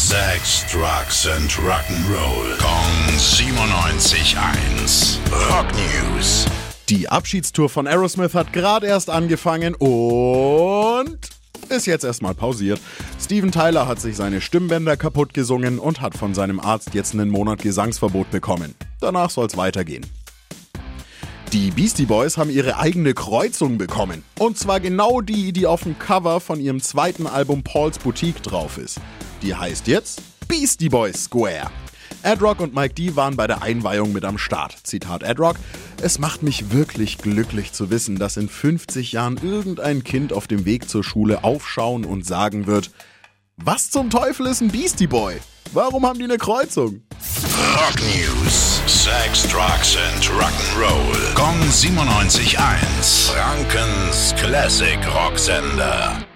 Sex, Drugs and Rock'n'Roll. Kong 97.1. Rock News. Die Abschiedstour von Aerosmith hat gerade erst angefangen und ist jetzt erstmal pausiert. Steven Tyler hat sich seine Stimmbänder kaputt gesungen und hat von seinem Arzt jetzt einen Monat Gesangsverbot bekommen. Danach soll's weitergehen. Die Beastie Boys haben ihre eigene Kreuzung bekommen. Und zwar genau die, die auf dem Cover von ihrem zweiten Album Paul's Boutique drauf ist. Die heißt jetzt Beastie Boys Square. Ad Rock und Mike D waren bei der Einweihung mit am Start. Zitat Ad Rock: Es macht mich wirklich glücklich zu wissen, dass in 50 Jahren irgendein Kind auf dem Weg zur Schule aufschauen und sagen wird: Was zum Teufel ist ein Beastie Boy? Warum haben die eine Kreuzung? Rock News. Sex, Drugs and Rock'n'Roll. Kong 97.1. Frankens Classic Rocksender.